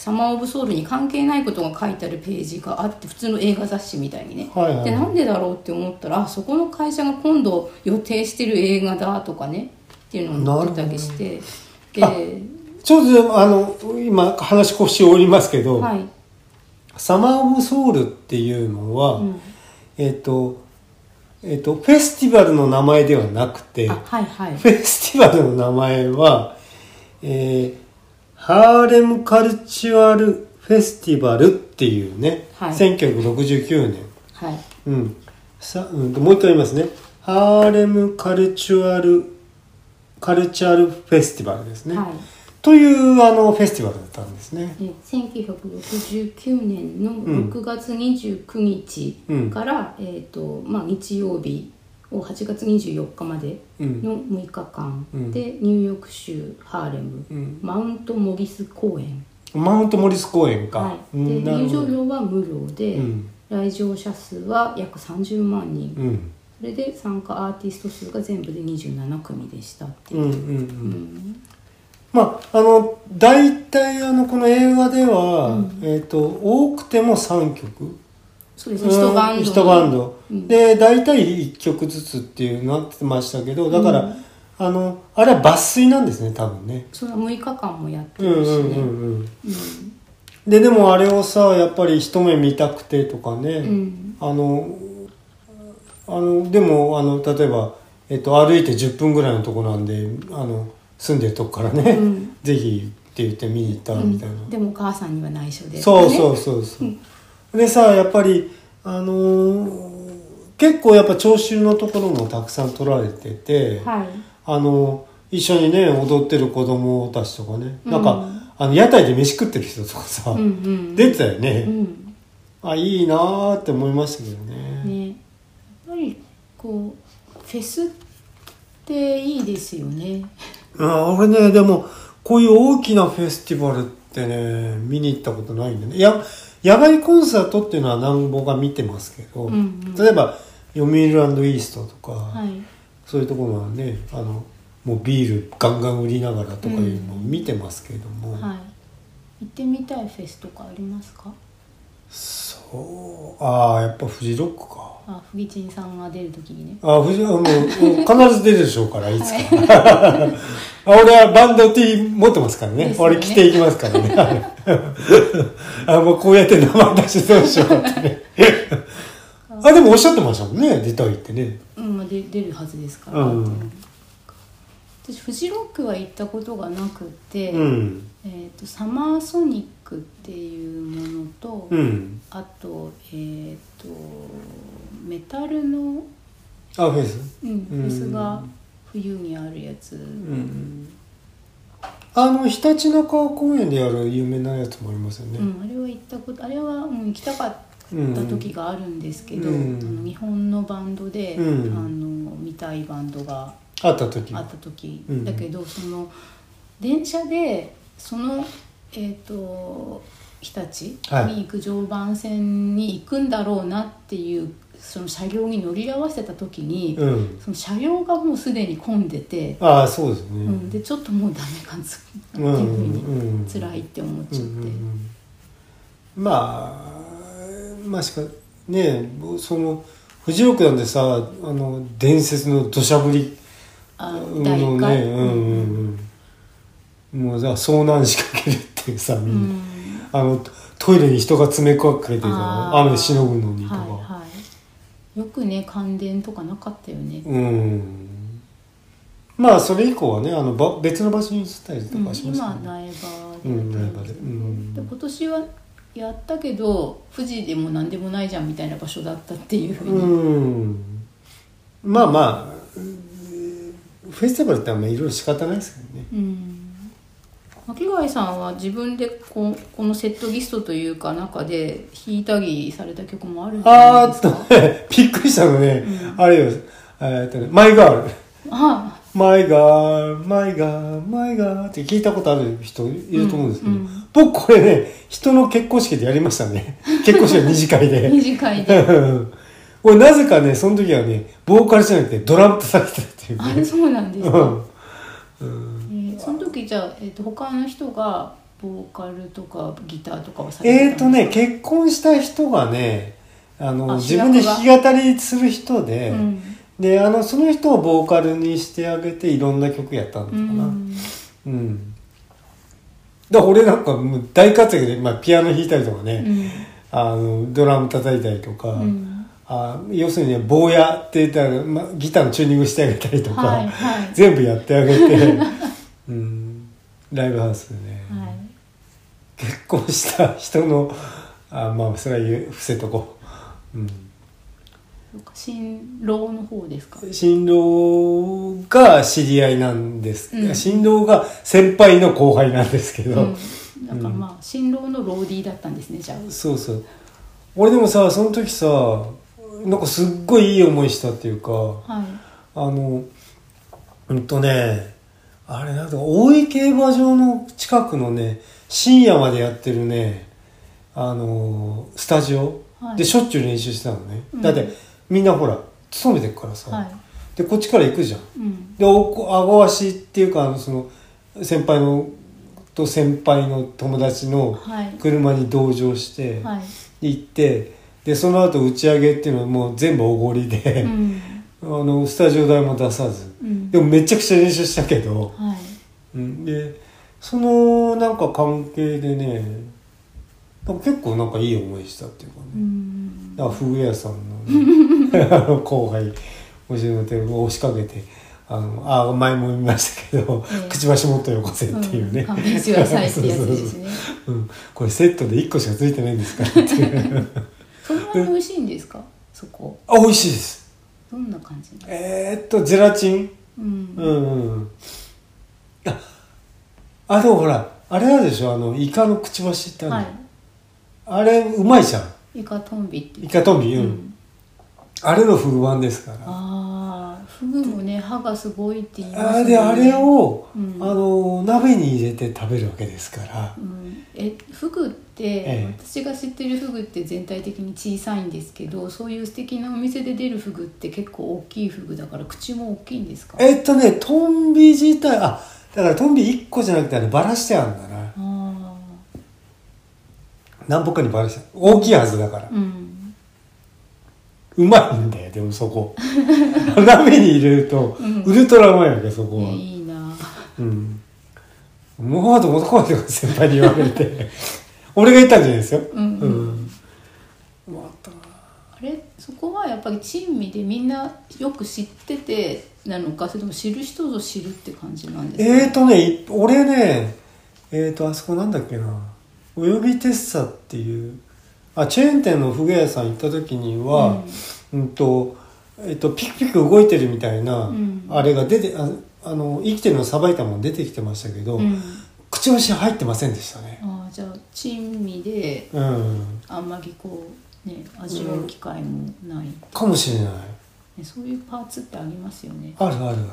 サマー・オブ・ソウルに関係ないことが書いてあるページがあって、普通の映画雑誌みたいにね、 はいはい、 でなんでだろうって思ったら、あそこの会社が今度予定してる映画だとかねっていうのを載ってたりして、でちょうどあの今話腰折りますけど、はい、サマー・オブ・ソウルっていうのは、うん、えっ、ー、とえっ、ー、とフェスティバルの名前ではなくて、 はいはい、 フェスティバルの名前は、えー、ハーレムカルチュアルフェスティバルっていうね、はい、せんきゅうひゃくろくじゅうきゅうねん、 はい、 うん、さ、うん、もう一回言いますね。ハーレムカルチュアルカルチャルフェスティバルですね、はい、というあのフェスティバルだったんですね。 せんきゅうひゃくろくじゅうきゅうねんのろくがつにじゅうくにちから、うん、えーとまあ、日曜日をはちがつにじゅうよっかまでのむいかかんで、うん、ニューヨーク州ハーレム、うん、マウントモリス公園、 マウントモリス公園か、 はい、で入場料は無料で、うん、来場者数は約さんじゅうまんにん、うん、それで参加アーティスト数が全部でにじゅうななくみでしたっていう、うんうんうんうん、 まああの大体あのこの映画では、うん、えーと、多くてもさんきょく、 そうですね、一バンド、 一バンド、うん、で大体いっきょくずつっていうなってましたけど、だから、うん、あのあれは抜粋なんですね多分ね。 それはむいかかんもやってるしね、うんうんうんうん、 ででもあれをさやっぱり一目見たくてとかね、うん、あのあのでもあの例えば、えっと、歩いてじゅっぷんぐらいのとこなんで、あの住んでるとこからね、うん、ぜひって言って見に行ったみたいな、うん、 でもお母さんには内緒で、ね、 そうそうそうそう、うん、でさやっぱりあのー、結構やっぱ聴衆のところもたくさん撮られてて、はい、あの一緒にね踊ってる子供たちとかね、なんか、うん、あの屋台で飯食ってる人とかさ、うんうん、出てたよね、うん、あいいなーって思いましたけどね。 ね、やっぱりこうフェスっていいですよね。 あ俺ねでもこういう大きなフェスティバルってね見に行ったことないんでね。いや野外コンサートっていうのは何本か見てますけど、うんうん、例えば読売ランドイーストとか、はい、そういうところはねあのもうビールガンガン売りながらとかいうのを見てますけども、うんはい、 行ってみたいフェスとかありますか？ そうああやっぱフジロックか。 あフギチンさんが出るときにね。 あフジもう必ず出るでしょうからいつか、はい、俺はバンド T 持ってますから ね, ね俺着ていきますからねあもうこうやって名前出してどうしようってねあでもおっしゃってましたもんね出たいってね。 うんまあ、で出るはずですから、うん、私フジロックは行ったことがなくて、うんえー、とサマーソニックっていうものと、うん、あとえっ、ー、とメタルのあフェス、 うん、フェスが冬にあるやつ、うん、 あのひたちなか公園でやる有名なやつもありますよね、 うん、あれは行ったことあれは、うん、行きたかった時があるんですけど、うん、あの日本のバンドで、うん、あの見たいバンドがあった時あった時、うん、だけどその電車でそのえっ、ー、と日立に行く常磐線に行くんだろうなっていうその車両に乗り合わせた時に、うん、その車両がもうすでに混んでてああそうですね、うん、でちょっともうダメかっていうふうに辛いって思っちゃって、うんうんうん、 まあまあしかねそのフジロックなんでさあの伝説の土砂降りあのね、うんうんうん、もうさ遭難しかけるっていうさ、うん、あのトイレに人が詰めかけてさ雨しのぐのにとか、はいはい、 よくね感電とかなかったよね。 うんまあそれ以降はねあのば別の場所に移ったりとかしましたね、 うん、今苗場で、 うん、苗場で、うん、 で今年はやったけど富士でも何でもないじゃんみたいな場所だったっていうふうに、うん、 まあまあフェスティバルってあんまりいろいろ仕方ないですけどね、うん、 巻貝さんは自分でここのセットリストというか中で弾いたりされた曲もあるんじゃないですか？あーっとねびっくりしたのね、うん、あれよ、えーっとね、マイガールあマイガーマイガーマイガーって聞いたことある人いると思うんですけど、うんうん、僕これね人の結婚式でやりましたね結婚式は二次会で二次会でこれなぜかねその時はねボーカルじゃなくてドラム叩いてたっていう、ね、 あれそうなんですか、うんうんえー、その時じゃあ、えーと、他の人がボーカルとかギターとかはされてたんですか？ えーとね結婚した人がねあのあ自分で弾き語りする人で、 うん、 であのその人をボーカルにしてあげていろんな曲やったのかな。うん、うん、だから俺なんかもう大活躍で、まあ、ピアノ弾いたりとかね、うん、あのドラム叩いたりとか、うん、あ要するにね坊やって言ったら、まあ、ギターのチューニングしてあげたりとか、はいはい、全部やってあげて、うん、ライブハウスでね、はい、結婚した人のあまあそれは言う伏せとこう、うん、 新郎の方ですか？ 新郎が知り合いなんです、うん、新郎が先輩の後輩なんですけど、うん、 だからまあ、うん、新郎のローディーだったんですね。じゃあそうそう。俺でもさその時さなんかすっごいいい思いしたっていうか、はい、あのうんとねあれなんだ大井競馬場の近くのね深夜までやってるねあのスタジオ、はい、でしょっちゅう練習してたのね、うん、だってみんなほら勤めてるからさ、はい、でこっちから行くじゃん、うん、で顎足っていうかその先輩のと先輩の友達の車に同乗して、はい、行ってでその後打ち上げっていうのはもう全部おごりで、うん、あのスタジオ代も出さず、うん、でもめちゃくちゃ練習したけど、はい、うん、でそのなんか関係でね結構なんかいい思いしたっていうかね、うん、だからフグ屋さんの、ね、後輩おじの手を押しかけてあのあ前も見ましたけど、えー、くちばしもっとよこせっていうね、うん、 勘弁してくださいってやつですねうん、これセットでいっこしかついてないんですからっていうそんなに美味しいんですかそこ？ あ美味しいです。 どんな感じ？ えー、っとゼラチン、うん、うんうんああでもほらあれあるでしょあのイカのくちばしってあるの、はい、あれうまいじゃん。 イカトンビってイカトンビ、うん、うん、あれのフグワンですから。 ああフグもね歯がすごいって言いますね。あであれを、うん、あの鍋に入れて食べるわけですから、 うん、えフグって、ええ、私が知ってるフグって全体的に小さいんですけどそういう素敵なお店で出るフグって結構大きいフグだから口も大きいんですか？ えっとねトンビ自体あだからトンビいっこじゃなくてあれバラしてあるんだな。あ何本かにバラして大きいはずだから、うん、うまいんだよでもそこ鍋に入れると、うん、ウルトラうまいわけそこは。 いいなうんもうあともとこまで先輩に言われて俺が言ったんじゃないですよ。うんうん、うん、 あれそこはやっぱり珍味でみんなよく知っててなのかそれとも知る人ぞ知るって感じなんですか？ えーとね俺ねえーとあそこなんだっけなおよびテッサっていうあチェーン店のフグ屋さん行った時には、うんうんとえー、とピクピク動いてるみたいな、うん、あれが出て あ, あの生きてるのさばいたもの出てきてましたけど、うん、くちばし入ってませんでしたね。 あじゃあ珍味で、うん、あんまりこうね味わう機会もない、うん、 かもしれない、 ね、そういうパーツってありますよね。 あるあるある、うん、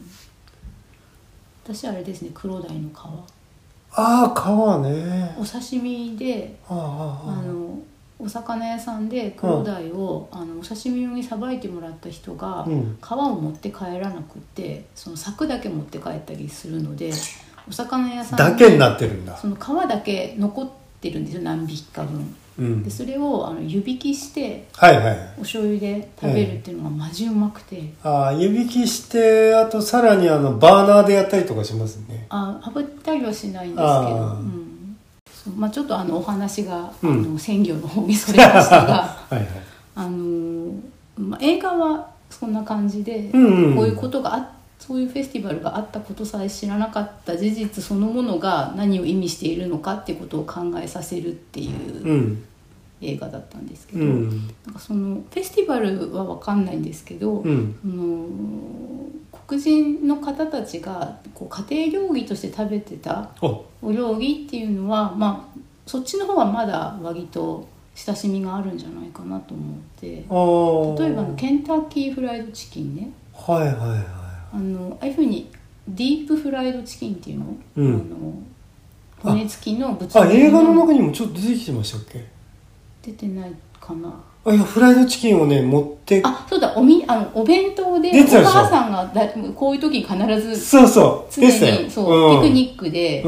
私あれですね黒鯛の皮ああ皮ねお刺身であああのお魚屋さんで黒鯛を、うん、あのお刺身用にさばいてもらった人が、うん、皮を持って帰らなくてその柵だけ持って帰ったりするのでお魚屋さんだけになってるんだその皮だけ残ってるんですよ何匹か分、うん、でそれをあの湯引きして、はいはい、お醤油で食べるっていうのがマジうまくて、 あ湯引きしてあとさらにあのバーナーでやったりとかしますね。 あ炙ったりはしないんですけど、うんまあ、ちょっとあのお話が、うん、あの鮮魚の方にそれましたがはい、はいあのまあ、映画はそんな感じで、うんうん、こういうことがあってそういうフェスティバルがあったことさえ知らなかった事実そのものが何を意味しているのかっていうことを考えさせるっていう映画だったんですけど、うん、なんかそのフェスティバルは分かんないんですけど、うん、その黒人の方たちがこう家庭料理として食べてたお料理っていうのは、まあ、そっちの方はまだ割と親しみがあるんじゃないかなと思って例えばケンタッキーフライドチキンねはいはいはいあのああいうふうにディープフライドチキンっていうの、うん、あの骨付きのぶつ切りのあ映画の中にもちょっと出てきてましたっけ？ 出てないかなあいやフライドチキンをね持ってあそうだ お, みあのお弁当でお母さんがだこういう時に必ずそうそう常にそう、うん、ピクニックで、うん、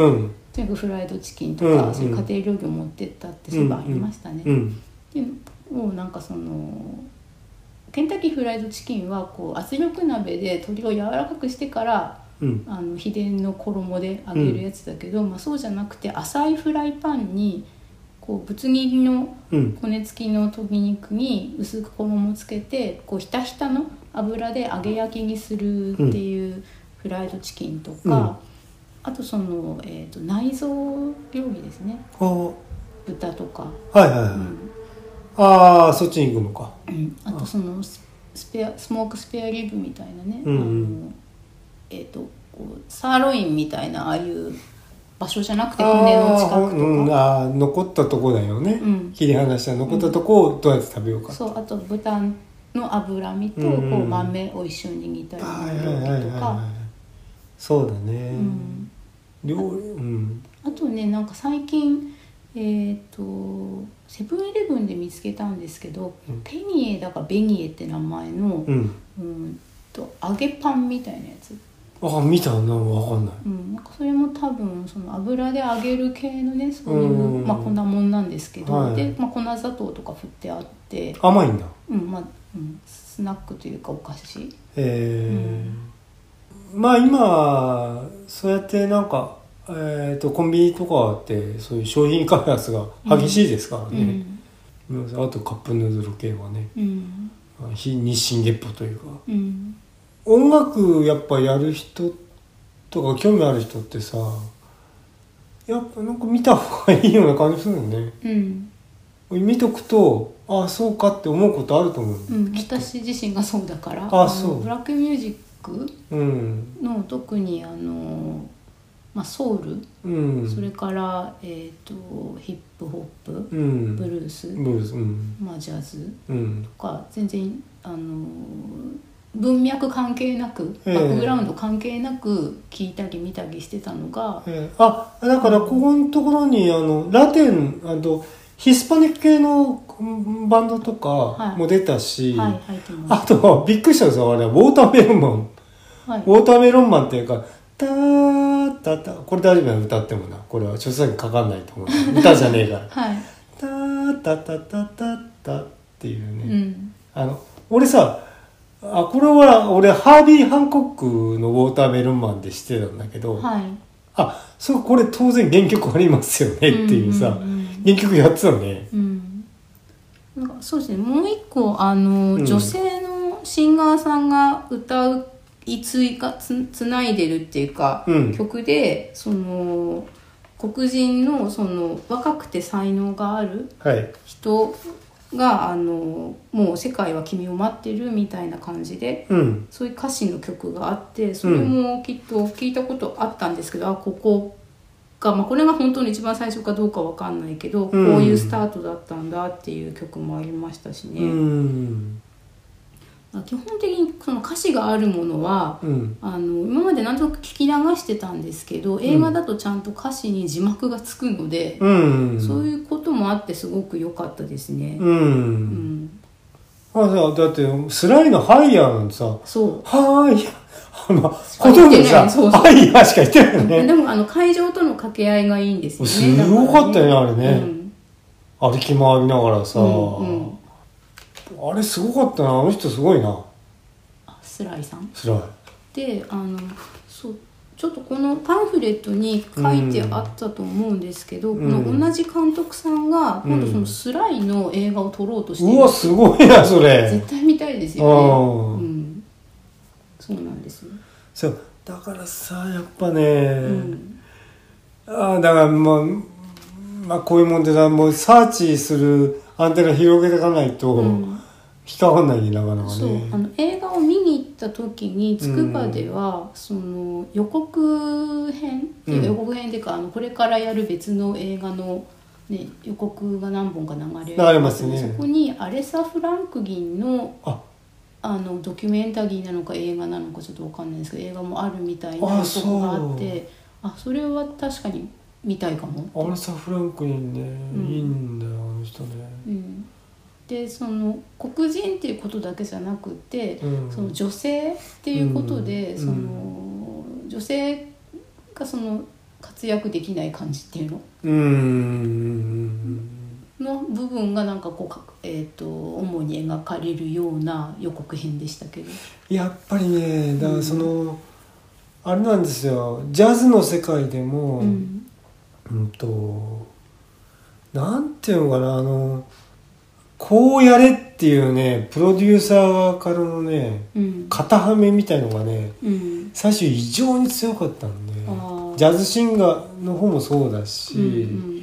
とにかくフライドチキンとか、うんうん、そういう家庭料理を持ってったってそういえばありましたね。うんうん、でもうなんかそのケンタッキーフライドチキンはこう圧力鍋で鶏を柔らかくしてから、うん、あの秘伝の衣で揚げるやつだけど、うんまあ、そうじゃなくて浅いフライパンにこうぶつ切りの骨付きの鶏肉に薄く衣をつけてこうひたひたの油で揚げ焼きにするっていうフライドチキンとか、うん、あとその、えーと、内臓料理ですね。豚とか。 はいはいはい。うん、ああそっちに行くのか。 うん、あとそのスペアスモークスペアリブみたいなね、うんうん、あのえーと、こうサーロインみたいなああいう場所じゃなくて骨の近くとか、 うん、あ残ったとこだよね、うん、切り離した残ったとこをどうやって食べようか、 うん、そうあと豚の脂身とこう豆を一緒に煮たりの料理とか、 そうだね、うん、料理、うん、 あとねなんか最近えーとセブンイレブンで見つけたんですけど、うん、ペニエだかベニエって名前の、うんうん、と揚げパンみたいなやつ。 あ見たな分かんない、 うん、なんかそれも多分その油で揚げる系のねそういう、うんまあ、粉もんなんですけど、はい、で、まあ、粉砂糖とか振ってあって甘いんだ、 うんまあうん、スナックというかお菓子。へえーうん、まあ今そうやってなんか、えー、とコンビニとかってそういう商品開発が激しいですからね、うんうん、あとカップヌードル系はね、うん、非日進月歩というか、うん音楽やっぱやる人とか興味ある人ってさやっぱなんか見た方がいいような感じするよね、うん、見とくとああそうかって思うことあると思う、 うん、私自身がそうだからああそうブラックミュージックの、うん、特にあの、まあ、ソウル、うん、それから、えーと、ヒップホップ、うん、ブルース、 ブルースうんまあ、ジャズとか、全然あの文脈関係なくバックグラウンド関係なく聞いたり見たりしてたのが、 えー、あだからここのところにあのラテンあとヒスパニック系のバンドとかも出たし、はいはい、あとびっくりしたんですよあれウォーターメロンマン、はい、ウォーターメロンマンっていうかタータタこれ大丈夫な歌ってもなこれは著作権かかんないと思う歌じゃねえから、はい、タータタタタタっていうね、うん、あの俺さあこれは俺ハービー・ハンコックのウォーターメロンマンで知ってたんだけど、はい、あそうこれ当然原曲ありますよねっていうさ、うんうんうん、原曲やってたね、うん、 なんかそうですねもう一個あの、うん、女性のシンガーさんが歌ういついか つ, つないでるっていうか、うん、曲でその黒人 の, その若くて才能がある人があのもう世界は君を待ってるみたいな感じで、うん、そういう歌詞の曲があってそれもきっと聞いたことあったんですけど、うん、あここが、まあ、これが本当に一番最初かどうかわかんないけど、うん、こういうスタートだったんだっていう曲もありましたしね、うん、基本的にその歌詞があるものは、うん、あの今までなんとなく聞き流してたんですけど映画だとちゃんと歌詞に字幕がつくので、うん、そういうこともあってすごく良かったですね、うんうんあだってスライのハイヤーなんてさそうはーいまあ、ほとんどさそうそうハイヤーしか言ってないよねでもあの会場との掛け合いがいいんですよねすごかったよねあれね、うん、歩き回りながらさ、うんうんあれすごかったなあの人すごいなスライさんスライであのそうちょっとこのパンフレットに書いてあったと思うんですけど、うん、この同じ監督さんが今度そのスライの映画を撮ろうとしている、うん、うわすごいなそれ絶対見たいですよね、うん、そうなんですよそうだからさやっぱね、うん、あだからもう、まあ、こういうもんでさもうサーチするアンテナ広げていかないと、うん引っかかんないねなかなかねそうあの映画を見に行った時につくばでは、うん、その予告編っていうか予告編っていうか、うん、あのこれからやる別の映画の、ね、予告が何本か流れますねそこにアレサ・フランクギンのああのドキュメンタリーなのか映画なのかちょっと分かんないですけど映画もあるみたいな予告があってあそれは確かに見たいかもアレサ・フランクギンね、うん、いいんだよあの人ねうんでその黒人っていうことだけじゃなくて、うん、その女性っていうことで、うん、その女性がその活活躍できない感じっていうのうーんの部分がなんかこう、えー、と主に描かれるような予告編でしたけど、 やっぱりねだからその、うん、あれなんですよジャズの世界でも、うん、うんとなんていうのかなあのこうやれっていうねプロデューサーからのね、うん、肩はめみたいのがね、うん、最初異常に強かったんでジャズシンガーの方もそうだし、うんうん、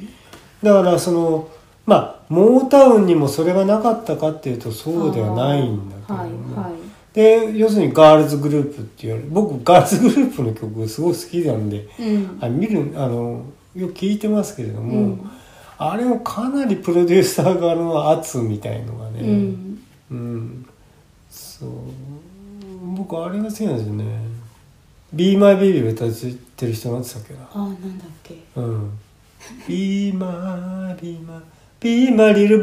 だからそのまあモータウンにもそれがなかったかっていうとそうではないんだけど、ねはいはい、で要するにガールズグループって言われる僕ガールズグループの曲すごい好きなんで、うん、あ見るあのよく聞いてますけれども、うん、あれもかなりプロデューサー側の圧みたいのがね、うんうん、そう僕あれが好きなんですよね。Be My Baby 歌ってる人なんて言ったっけなあなんだっけ、 うん、Be My Be My Be My Little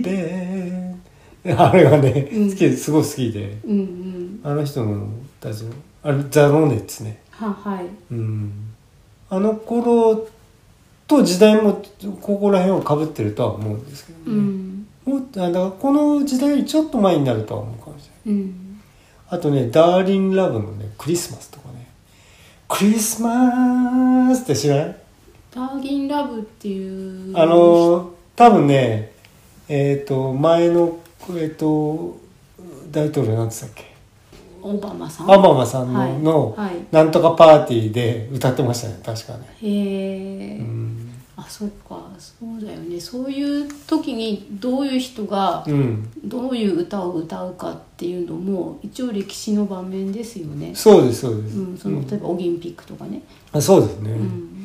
Baby あれがね、うん、好きですごい好きで、うんうん、あの人のたちのあれザ・ロネッツねは、はい、 うん、あの頃と時代もここら辺をかぶってるとは思うんですけどね、うん、もうだからこの時代よりちょっと前になるとは思うかもしれない、うん、あとねダーリンラブのねクリスマスとかねクリスマスって知らない？ ダーリンラブっていうあの多分ねえっ、ー、と前のえっ、ー、と大統領なんて言ったっけオバマさんオバマさん の,、はいのはい、なんとかパーティーで歌ってましたね確かね。 へえ、うん、あそうかそうだよね。そういう時にどういう人がどういう歌を歌うかっていうのも一応歴史の場面ですよね。 そうですそうです、 うん、その例えばオリンピックとかね、 うん、あそうですね、うん、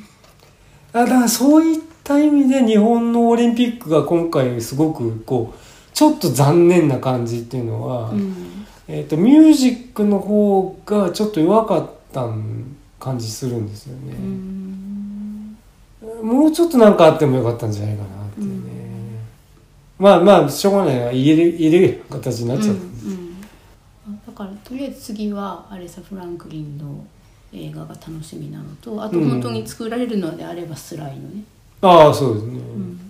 あだからそういった意味で日本のオリンピックが今回すごくこうちょっと残念な感じっていうのは、うんえー、とミュージックの方がちょっと弱かった感じするんですよね。うんもうちょっとなんかあってもよかったんじゃないかなっていうね、うん、まあまあしょうがないな入れる入れる形になっちゃった、うんうん、だからとりあえず次はアレサ・フランクリンの映画が楽しみなのとあと本当に作られるのであればスライのね、 うん、ああそうですね、うん、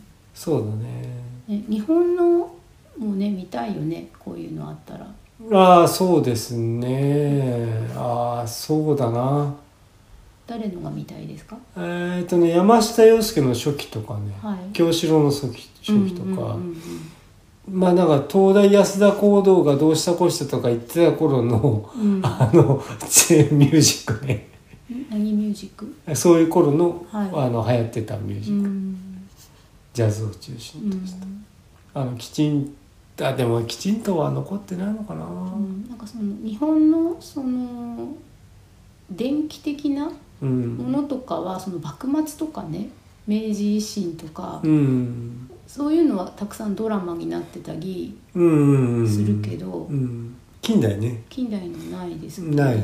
そうだ ね, ね日本のもね見たいよねこういうのあったら。 ああそうですねああそうだな。 誰のが見たいですか？ えっ、ー、とね山下洋輔の初期とかね、はい、京志郎の初期、初期とか、うんうんうんうん、まあなんか東大安田講堂がどうしたこうしたとか言ってた頃の、うん、あのミュージックね何ミュージックそういう頃の、 はい、 あの流行ってたミュージック、うん、ジャズを中心とした、うん、あのきちんあでもきちんとは残ってないのかな、うん、 なんかその日本のその電気的なものとかは、うん、その幕末とかね明治維新とか、うん、そういうのはたくさんドラマになってたりするけど、うんうん、 近代ね近代のないですけどねないよね、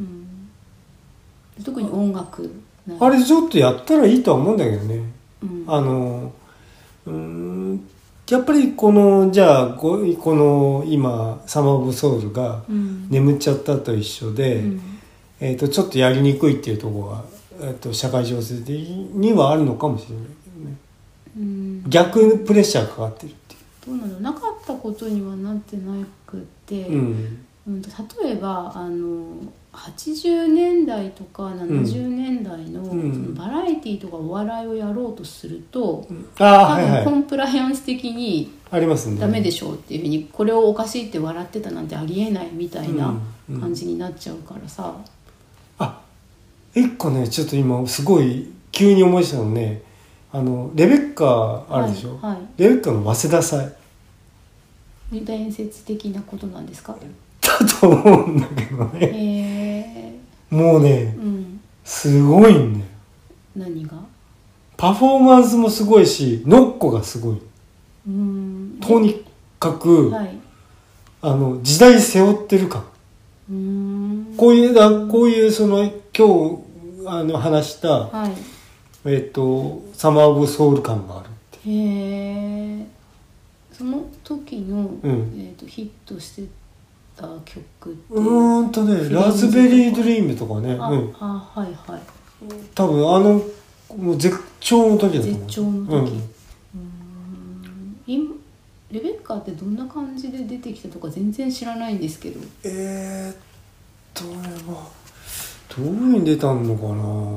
うん、特に音楽ないあれちょっとやったらいいとは思うんだけどね、うん、あのうーんやっぱりこのじゃあこの今サマー・オブ・ソウルが眠っちゃったと一緒で、うんえー、とちょっとやりにくいっていうところが、えー、と社会情勢にはあるのかもしれないけどね、うん、逆プレッシャーかかってるっていうどうなのなかったことにはなってなくて、うんうん、例えばあのはちじゅうねんだいとかななじゅうねんだい の,、うん、そのバラエティとかお笑いをやろうとすると、うん、あ多分コンプライアンス的にありますねダメでしょうっていうふうにこれをおかしいって笑ってたなんてありえないみたいな感じになっちゃうからさ、うんうん、 あ一個ねちょっと今すごい急に思い出したのねあのレベッカあるでしょ、はいはい、レベッカの早稲田祭伝説的なことなんですかだと思うんだけどねへもうね、うん、すごいんだよ何がパフォーマンスもすごいしノッコがすごいうんとにかく、はい、あの時代背負ってる感うんこういうだこういうその今日あの話した、はいえー、とサマー・オブ・ソウル感があるってへえその時の、うんえー、とヒットしてた曲ってうーんとねラズベリードリームとかねあ、うん、あはいはい多分あのもう絶頂の時だと思う。 絶頂の時、うん、うーん今レベッカってどんな感じで出てきたとか全然知らないんですけど。 えー、っとどういう風に出たのか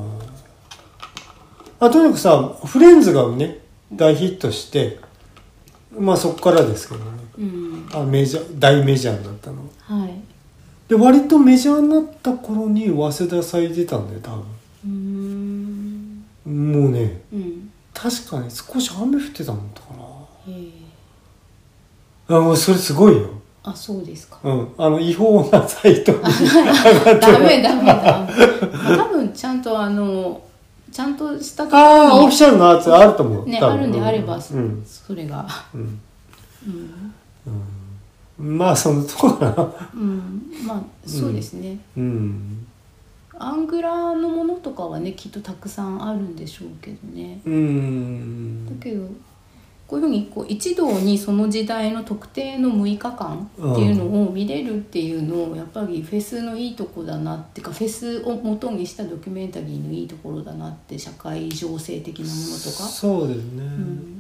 なあ。とにかくさフレンズがね大ヒットして、まあそこからですけどね、うん、あメジャー大メジャーになったの。 はい。 で割とメジャーになった頃に早稲田祭出たんだよ多分。うーんもうね、うん、確かに少し雨降ってたのかな。へえ。あもうそれすごいよ。 あそうですか。 うんあの違法なサイトにダメダメだ。多分ちゃんとあのちゃんとしたところにああオフィシャルなやつあると思う。 ねあるんであれば、うん、それが。うんうんうん、まあそのとこかな。 うんまあそうですね。うん。うんアングラのものとかはねきっとたくさんあるんでしょうけどね。うんだけどこういうふうにこう一堂にその時代の特定のむいかかんっていうのを見れるっていうのをやっぱりフェスのいいとこだなっていうかフェスを元にしたドキュメンタリーのいいところだなって社会情勢的なものとか。 そうですね、うん、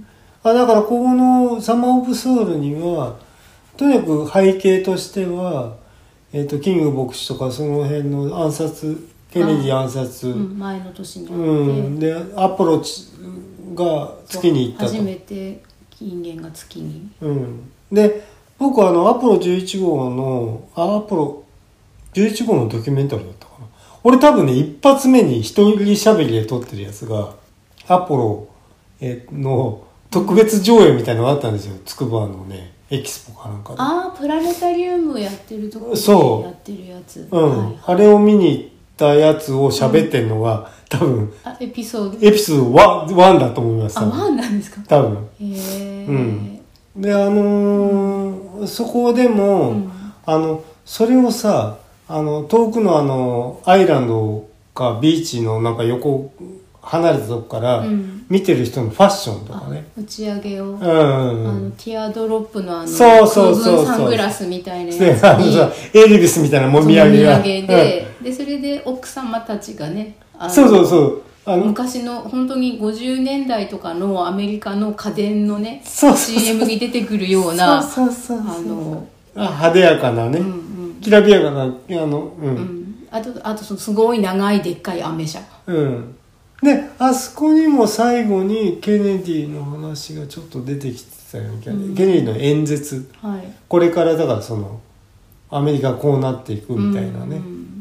あだからここのサマー・オブ・ソウルにはとにかく背景としては、えーと、キング牧師とかその辺の暗殺ケネディ暗殺、うん、 前の年にあって、 うん、でアポロが月に行ったと。 初めて人間が月に、 うん、で僕はあのアポロじゅういち号のあアポロじゅういち号のドキュメンタリーだったかな。俺多分ね一発目に一人喋りで撮ってるやつがアポロの特別上映みたいなのがあったんですよ。筑波のねエキスポかなんかで。 ああプラネタリウムやってるところでやってるやつ。 う、うんはい、あれを見に行ったやつを喋ってるのが、うん、多分あエピソードエピソードワン、ワンだと思います。 あワンなんですか多分。へえ。うん。であのーうん、そこでも、うん、あのそれをさあの遠くのあのアイランドかビーチのなんか横離れたとこから見てる人のファッションとかね、 うん、打ち上げを、うん、 あのティアドロップのあのそうそうそうそうサングラスみたいなやつにエルビスみたいなもみあげがもみあげで、うん、でそれで奥様たちがねあのそうそうそうあの昔の本当にごじゅうねんだいとかのアメリカの家電のねそうそうそう シーエム に出てくるようなそうそうそうそうあのあ派手やかなね、うんうん、きらびやかなあの、うんうん、 あとあとそのすごい長いでっかいアメ車、 うんであそこにも最後にケネディの話がちょっと出てきてたよね、うん、ケネディの演説、はい、これからだからそのアメリカこうなっていくみたいなね、うん、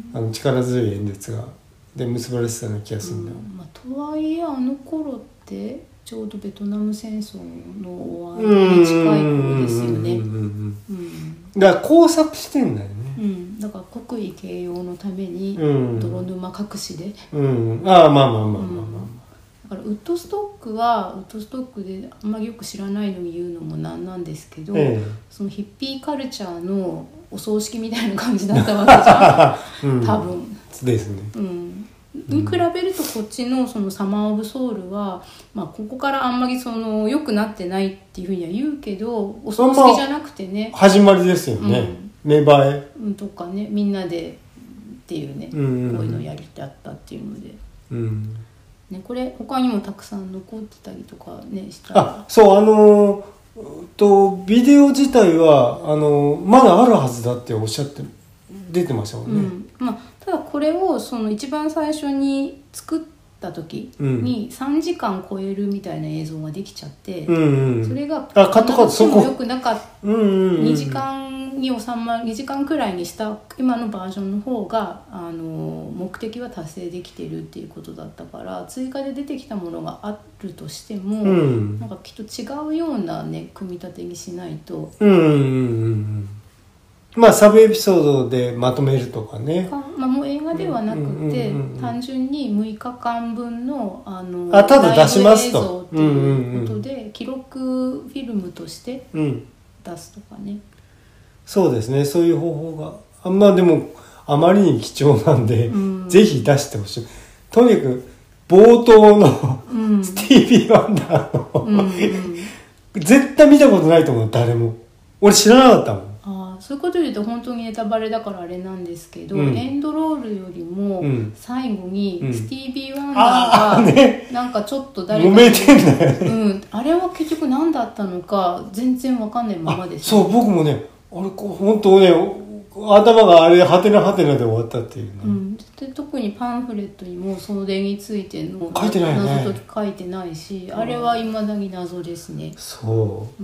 あの力強い演説がで結ばれてたような気がするんだよ、 うんまあ、とはいえあの頃ってちょうどベトナム戦争の終わりに近い頃ですよね。 だから工作してんだよね、 うん、だから国威形容のために泥沼隠しで、 うんうん、ああまあまあまあまあまあ、うん、 だからウッドストックはウッドストックであんまりよく知らないのに言うのもなんなんですけど、ええ、そのヒッピーカルチャーのお葬式みたいな感じだったわけじゃん、うん、多分ですね、 うんに比べるとこっちのそのサマー・オブ・ソウルは、まあ、ここからあんまりその良くなってないっていうふうには言うけどお葬式じゃなくてね、 まあ、始まりですよね、うん、芽生えとかねみんなでっていうね、うんうんうん、こういうのやりたったっていうので、うんね、これ他にもたくさん残ってたりとかねしたらあそうあのー、とビデオ自体はあのー、まだあるはずだっておっしゃって出てましたもんね、 うんまあただこれをその一番最初に作った時にさんじかん超えるみたいな映像ができちゃって、うんうん、それがあカットカットそこよくなかった、うんうんうん、にじかんに収まるにじかんくらいにした今のバージョンの方があの目的は達成できてるっていうことだったから追加で出てきたものがあるとしても、うん、なんかきっと違うようなね組み立てにしないと、うんうんうんうんまあサブエピソードでまとめるとかねまあ、もう映画ではなくて、うんうんうんうん、単純にむいかかんぶんのあのあただ出しますとライブ映像っていうことで、うんうんうん、記録フィルムとして出すとかね、うん、 そうですねそういう方法があまあでもあまりに貴重なんで、うん、ぜひ出してほしいとにかく冒頭の、うん、スティービー・ワンダーの、うんうん、絶対見たことないと思う誰も俺知らなかったもんそういうことで言うと本当にネタバレだからあれなんですけど、うん、エンドロールよりも最後にスティービー・ワンダーがなんかちょっと誰か、 揉めてんだよね、 うん、あれは結局何だったのか全然わかんないままです、 ね、そう僕もねあれ本当ね頭があれハテナハテナで終わったっていうね、 うん、で特にパンフレットにもそれについての書いてないよね、 謎解き書いてないし、あれは未だに謎ですね。 そう、 うん、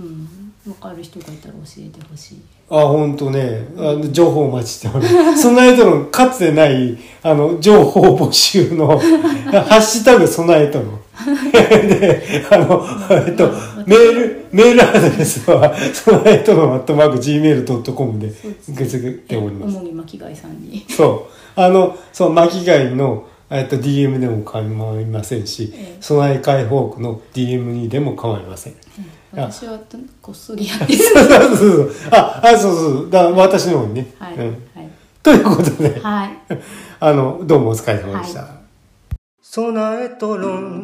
分かる人がいたら教えてほしい。 あ本当ね、あの情報お待ちしております備えとのかつてないあの情報募集のハッシュタグ備えとのであの、えっと、メールメールアドレスは備えとのアットマーク ジーメールドットコム で受け付けております。 主に巻貝さんにそうあのそう巻貝のえっと ディーエム でも構いませんし、ええ、備え解放区の ディーエム にでも構いません。 私はこっそりやってるそうそうそうああそうそうだ私の方にね、 はい、 うんはい、 ということで、 はい、 あのどうもお疲れ様でした。 はい、 備えとろん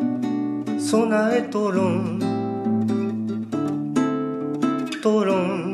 備えとろんとろん